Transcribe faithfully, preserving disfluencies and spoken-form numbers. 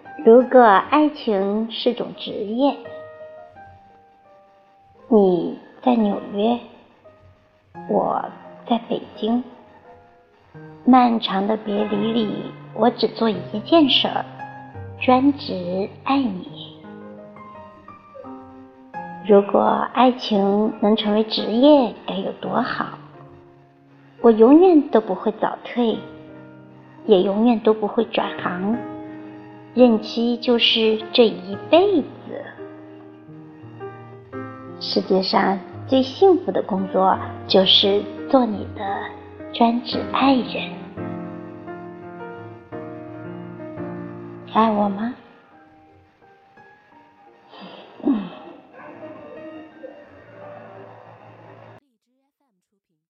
如果爱情是种职业，你在纽约，我在北京，漫长的别离里，我只做一件事儿，专职爱你。如果爱情能成为职业，该有多好！我永远都不会早退，也永远都不会转行，任期就是这一辈子。世界上最幸福的工作就是做你的专职爱人。爱我吗？